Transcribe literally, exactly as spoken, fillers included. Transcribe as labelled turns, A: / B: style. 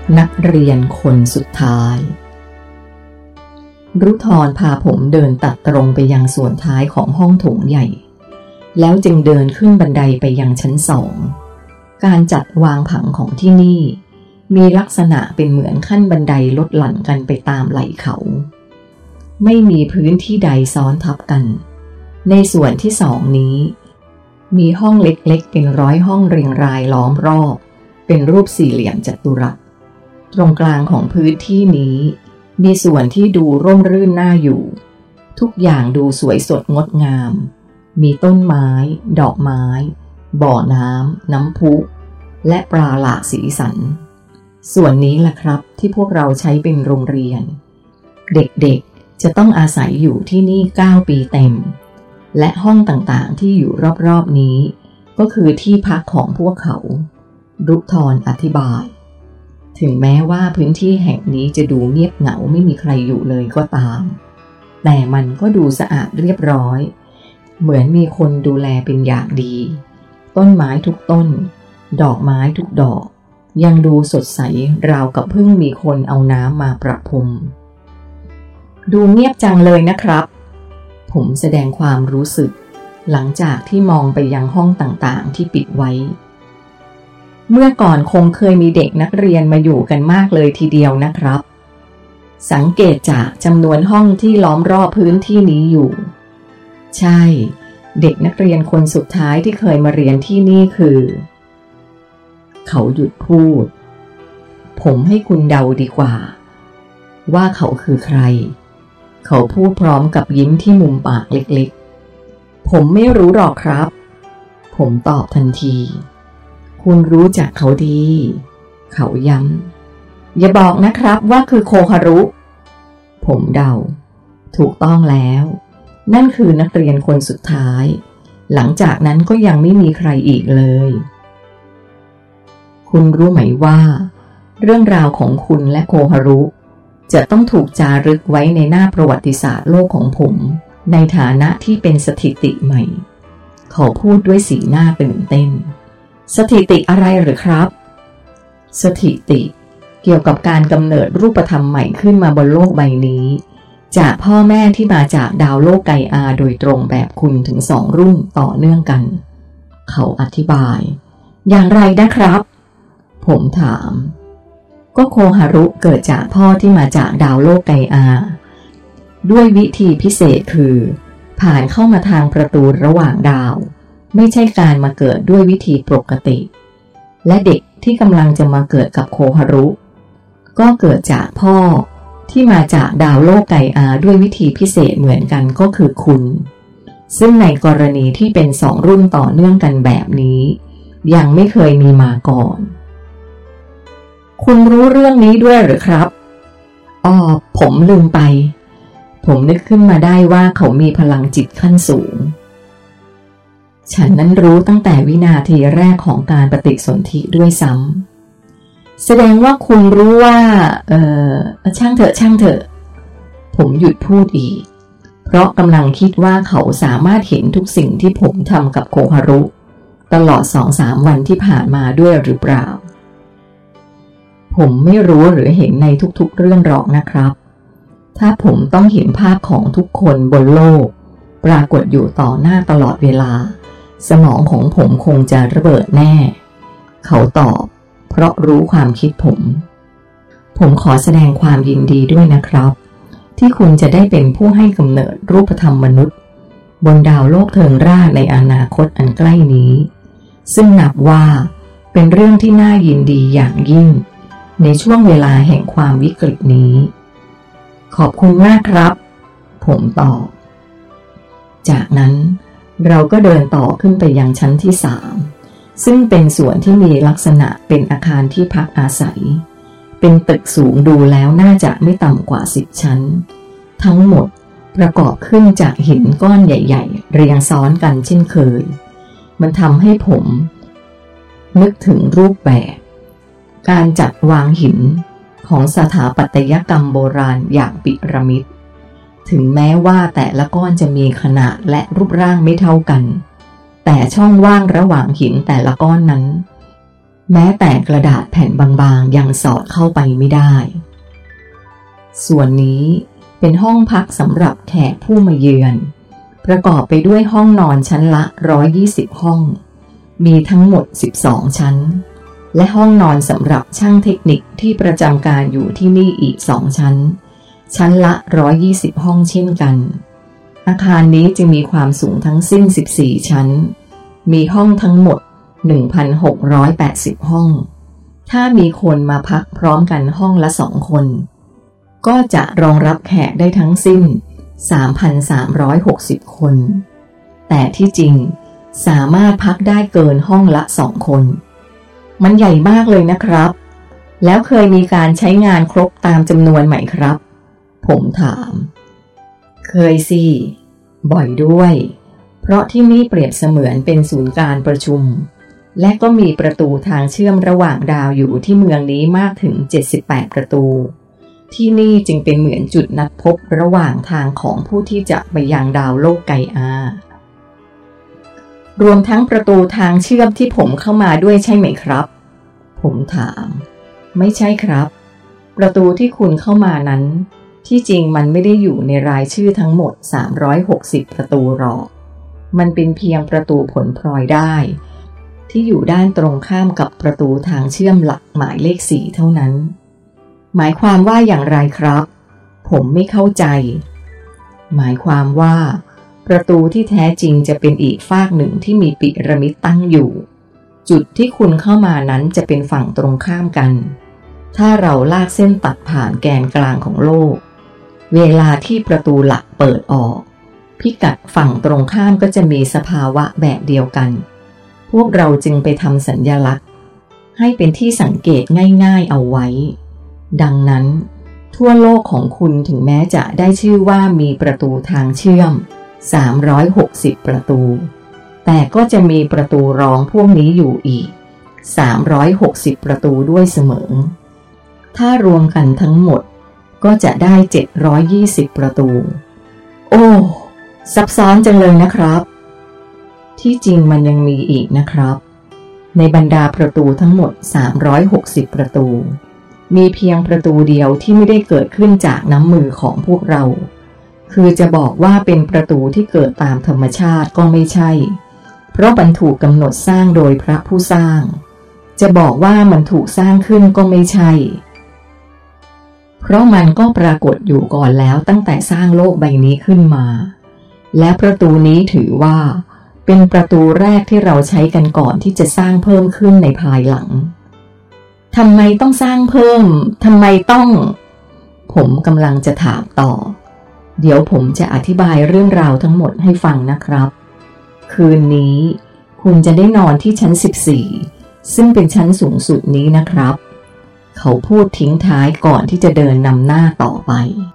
A: นักเรียนคนสุดท้ายรุธรพาผมเดินตัดตรงไปยังส่วนท้ายของห้องโถงใหญ่แล้วจึงเดินขึ้นบันไดไปยังชั้นสองการจัดวางผังของที่นี่มีลักษณะเป็นเหมือนขั้นบันไดลดหลั่นกันไปตามไหล่เขาไม่มีพื้นที่ใดซ้อนทับกันในส่วนที่สองนี้มีห้องเล็กๆเป็นร้อยห้องเรียงรายล้อมรอบเป็นรูปสี่เหลี่ยมจัตุรัสตรงกลางของพื้นที่นี้มีส่วนที่ดูร่มรื่นน่าอยู่ทุกอย่างดูสวยสดงดงามมีต้นไม้ดอกไม้บ่อน้ำน้ำพุและปลาหลากสีสันส่วนนี้แหละครับที่พวกเราใช้เป็นโรงเรียนเด็กๆจะต้องอาศัยอยู่ที่นี่เก้าปีเต็มและห้องต่างๆที่อยู่รอบๆนี้ก็คือที่พักของพวกเขารุธรอธิบายถึงแม้ว่าพื้นที่แห่งนี้จะดูเงียบเหงาไม่มีใครอยู่เลยก็ตามแต่มันก็ดูสะอาดเรียบร้อยเหมือนมีคนดูแลเป็นอย่างดีต้นไม้ทุกต้นดอกไม้ทุกดอกยังดูสดใสราวกับเพิ่งมีคนเอาน้ำมาประพรมดูเงียบจังเลยนะครับผมแสดงความรู้สึกหลังจากที่มองไปยังห้องต่างๆที่ปิดไว้เมื่อก่อนคงเคยมีเด็กนักเรียนมาอยู่กันมากเลยทีเดียวนะครับสังเกตจากจำนวนห้องที่ล้อมรอบพื้นที่นี้อยู่ใช่เด็กนักเรียนคนสุดท้ายที่เคยมาเรียนที่นี่คือเขาหยุดพูดผมให้คุณเดาดีกว่าว่าเขาคือใครเขาพูดพร้อมกับยิ้มที่มุมปากเล็กๆผมไม่รู้หรอกครับผมตอบทันทีคุณรู้จักเขาดีเขาย้ำอย่าบอกนะครับว่าคือโคฮารุผมเดาถูกต้องแล้วนั่นคือนักเรียนคนสุดท้ายหลังจากนั้นก็ยังไม่มีใครอีกเลยคุณรู้ไหมว่าเรื่องราวของคุณและโคฮารุจะต้องถูกจารึกไว้ในหน้าประวัติศาสตร์โลกของผมในฐานะที่เป็นสถิติใหม่เขาพูดด้วยสีหน้าตื่นเต้นสถิติอะไรหรือครับสถิติเกี่ยวกับการกำเนิดรูปธรรมใหม่ขึ้นมาบนโลกใบนี้จากพ่อแม่ที่มาจากดาวโลกไกอาโดยตรงแบบคุณถึงสองรุ่นต่อเนื่องกันเขาอธิบายอย่างไรนะครับผมถามก็โคฮารุเกิดจากพ่อที่มาจากดาวโลกไกอาด้วยวิธีพิเศษคือผ่านเข้ามาทางประตูระหว่างดาวไม่ใช่การมาเกิดด้วยวิธีปกติและเด็กที่กำลังจะมาเกิดกับโคฮารุก็เกิดจากพ่อที่มาจากดาวโลกไกอาด้วยวิธีพิเศษเหมือนกันก็คือคุณซึ่งในกรณีที่เป็นสองรุ่นต่อเนื่องกันแบบนี้ยังไม่เคยมีมาก่อนคุณรู้เรื่องนี้ด้วยหรือครับอ๋อผมลืมไปผมนึกขึ้นมาได้ว่าเขามีพลังจิตขั้นสูงฉันนั้นรู้ตั้งแต่วินาทีแรกของการปฏิสนธิด้วยซ้ำแสดงว่าคุณรู้ว่าเออช่างเถอะช่างเถอะผมหยุดพูดอีกเพราะกำลังคิดว่าเขาสามารถเห็นทุกสิ่งที่ผมทำกับโคฮารุตลอด สองถึงสาม วันที่ผ่านมาด้วยหรือเปล่าผมไม่รู้หรือเห็นในทุกๆเรื่องหรอกนะครับถ้าผมต้องเห็นภาพของทุกคนบนโลกปรากฏอยู่ต่อหน้าตลอดเวลาสมองของผมคงจะระเบิดแน่เขาตอบเพราะรู้ความคิดผมผมขอแสดงความยินดีด้วยนะครับที่คุณจะได้เป็นผู้ให้กำเนิดรูปธรรมมนุษย์บนดาวโลกเทิงราในอนาคตอันใกล้นี้ซึ่งนับว่าเป็นเรื่องที่น่ายินดีอย่างยิ่งในช่วงเวลาแห่งความวิกฤตนี้ขอบคุณมากครับผมตอบจากนั้นเราก็เดินต่อขึ้นไปยังชั้นที่สามซึ่งเป็นส่วนที่มีลักษณะเป็นอาคารที่พักอาศัยเป็นตึกสูงดูแล้วน่าจะไม่ต่ำกว่าสิบชั้นทั้งหมดประกอบขึ้นจากหินก้อนใหญ่ๆเรียงซ้อนกันเช่นเคยมันทำให้ผมนึกถึงรูปแบบการจัดวางหินของสถาปัตยกรรมโบราณอย่างพีระมิดถึงแม้ว่าแต่ละก้อนจะมีขนาดและรูปร่างไม่เท่ากันแต่ช่องว่างระหว่างหินแต่ละก้อนนั้นแม้แต่กระดาษแผ่นบางๆยังสอดเข้าไปไม่ได้ส่วนนี้เป็นห้องพักสำหรับแขกผู้มาเยือนประกอบไปด้วยห้องนอนชั้นละหนึ่งร้อยยี่สิบห้องมีทั้งหมดสิบสองชั้นและห้องนอนสำหรับช่างเทคนิคที่ประจำการอยู่ที่นี่อีกสองชั้นชั้นละหนึ่งร้อยยี่สิบห้องเช่นกันอาคารนี้จึงมีความสูงทั้งสิ้นสิบสี่ชั้นมีห้องทั้งหมด หนึ่งพันหกร้อยแปดสิบ ห้องถ้ามีคนมาพักพร้อมกันห้องละสองคนก็จะรองรับแขกได้ทั้งสิ้น สามพันสามร้อยหกสิบ คนแต่ที่จริงสามารถพักได้เกินห้องละสองคนมันใหญ่มากเลยนะครับแล้วเคยมีการใช้งานครบตามจำนวนไหมครับผมถามเคยสิบ่อยด้วยเพราะที่นี่เปรียบเสมือนเป็นศูนย์การประชุมและก็มีประตูทางเชื่อมระหว่างดาวอยู่ที่เมืองนี้มากถึงเจ็ดสิบแปดประตูที่นี่จึงเป็นเหมือนจุดนัดพบระหว่างทางของผู้ที่จะไปยังดาวโลกไกอารวมทั้งประตูทางเชื่อมที่ผมเข้ามาด้วยใช่ไหมครับผมถามไม่ใช่ครับประตูที่คุณเข้ามานั้นที่จริงมันไม่ได้อยู่ในรายชื่อทั้งหมดสามร้อยหกสิบประตูหรอกมันเป็นเพียงประตูผลพลอยได้ที่อยู่ด้านตรงข้ามกับประตูทางเชื่อมหลักหมายเลขสี่เท่านั้นหมายความว่าอย่างไรครับผมไม่เข้าใจหมายความว่าประตูที่แท้จริงจะเป็นอีกฟากหนึ่งที่มีปิรามิดตั้งอยู่จุดที่คุณเข้ามานั้นจะเป็นฝั่งตรงข้ามกันถ้าเราลากเส้นตัดผ่านแกนกลางของโลกเวลาที่ประตูหลักเปิดออกพิกัดฝั่งตรงข้ามก็จะมีสภาวะแบบเดียวกันพวกเราจึงไปทำสัญลักษณ์ให้เป็นที่สังเกตง่ายๆเอาไว้ดังนั้นทั่วโลกของคุณถึงแม้จะได้ชื่อว่ามีประตูทางเชื่อมสามร้อยหกสิบประตูแต่ก็จะมีประตูรองพวกนี้อยู่อีกสามร้อยหกสิบประตูด้วยเสมอถ้ารวมกันทั้งหมดก็จะได้เจ็ดร้อยยี่สิบประตูโอ้ซับซ้อนจังเลยนะครับที่จริงมันยังมีอีกนะครับในบรรดาประตูทั้งหมดสามร้อยหกสิบประตูมีเพียงประตูเดียวที่ไม่ได้เกิดขึ้นจากน้ำมือของพวกเราคือจะบอกว่าเป็นประตูที่เกิดตามธรรมชาติก็ไม่ใช่เพราะมันถูกกำหนดสร้างโดยพระผู้สร้างจะบอกว่ามันถูกสร้างขึ้นก็ไม่ใช่เพราะมันก็ปรากฏอยู่ก่อนแล้วตั้งแต่สร้างโลกใบนี้ขึ้นมาและประตูนี้ถือว่าเป็นประตูแรกที่เราใช้กันก่อนที่จะสร้างเพิ่มขึ้นในภายหลังทำไมต้องสร้างเพิ่มทำไมต้องผมกำลังจะถามต่อเดี๋ยวผมจะอธิบายเรื่องราวทั้งหมดให้ฟังนะครับคืนนี้คุณจะได้นอนที่ชั้นสิบสี่ซึ่งเป็นชั้นสูงสุดนี้นะครับเขาพูดทิ้งท้ายก่อนที่จะเดินนำหน้าต่อไป